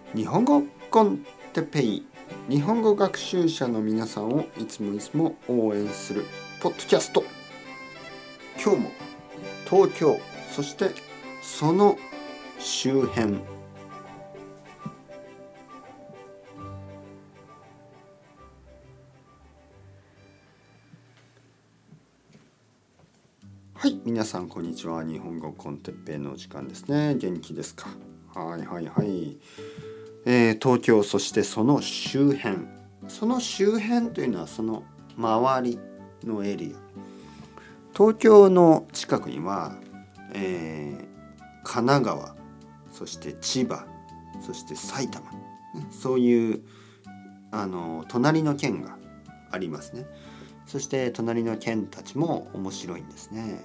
日本語コンテペイ、日本語学習者の皆さんをいつも応援するポッドキャスト。今日も東京、そしてその周辺、はい、皆さんこんにちは。日本語コンテッペイの時間ですね。元気ですか？はい、東京、そしてその周辺、その周辺というのはその周りのエリア。東京の近くには、神奈川、そして千葉、そして埼玉、そういう隣の県がありますね。そして隣の県たちも面白いんですね。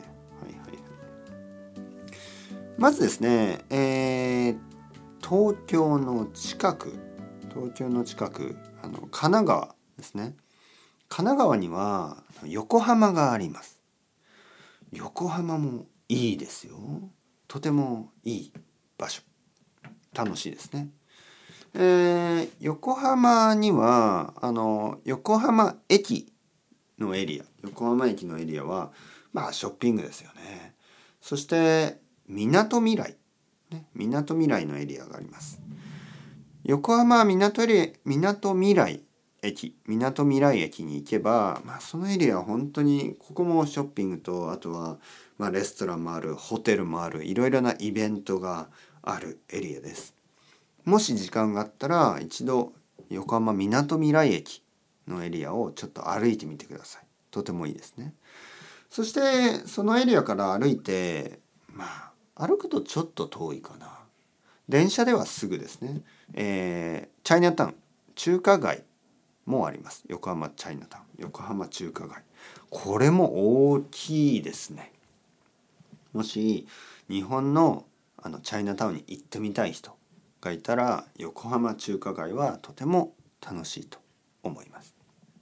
まずですね、東京の近く、神奈川ですね。神奈川には横浜があります。横浜もいいですよ。とてもいい場所。楽しいですね。横浜には横浜駅のエリアはショッピングですよね。そしてみなとみらいのエリアがあります。横浜みなとみらい駅に行けば、そのエリアは本当にここもショッピングと、あとはレストランもある、ホテルもある、いろいろなイベントがあるエリアです。もし時間があったら一度横浜みなとみらい駅のエリアをちょっと歩いてみてください。とてもいいですね。そしてそのエリアから歩いて、歩くとちょっと遠いかな。電車ではすぐですね。チャイナタウン、中華街もあります。横浜チャイナタウン、横浜中華街。これも大きいですね。もし日本のチャイナタウンに行ってみたい人がいたら、横浜中華街はとても楽しいと思います。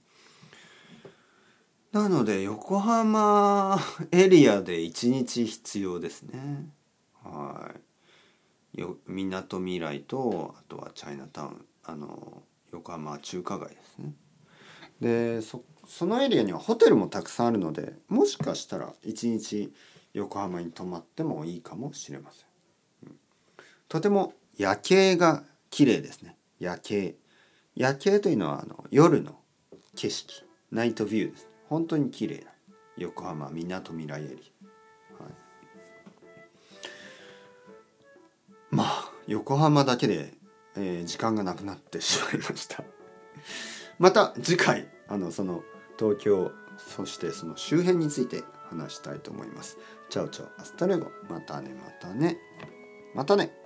なので横浜エリアで1日必要ですね。みなとみらいと、あとはチャイナタウン、横浜中華街ですね。でそのエリアにはホテルもたくさんあるので、もしかしたら1日横浜に泊まってもいいかもしれません。とても夜景が綺麗ですね。夜景というのは夜の景色、ナイトビューです。本当に綺麗な横浜みなとみらいエリア。横浜だけで、時間がなくなってしまいました。また次回その東京、そしてその周辺について話したいと思います。チャオチャオ、アスタレゴ、またね。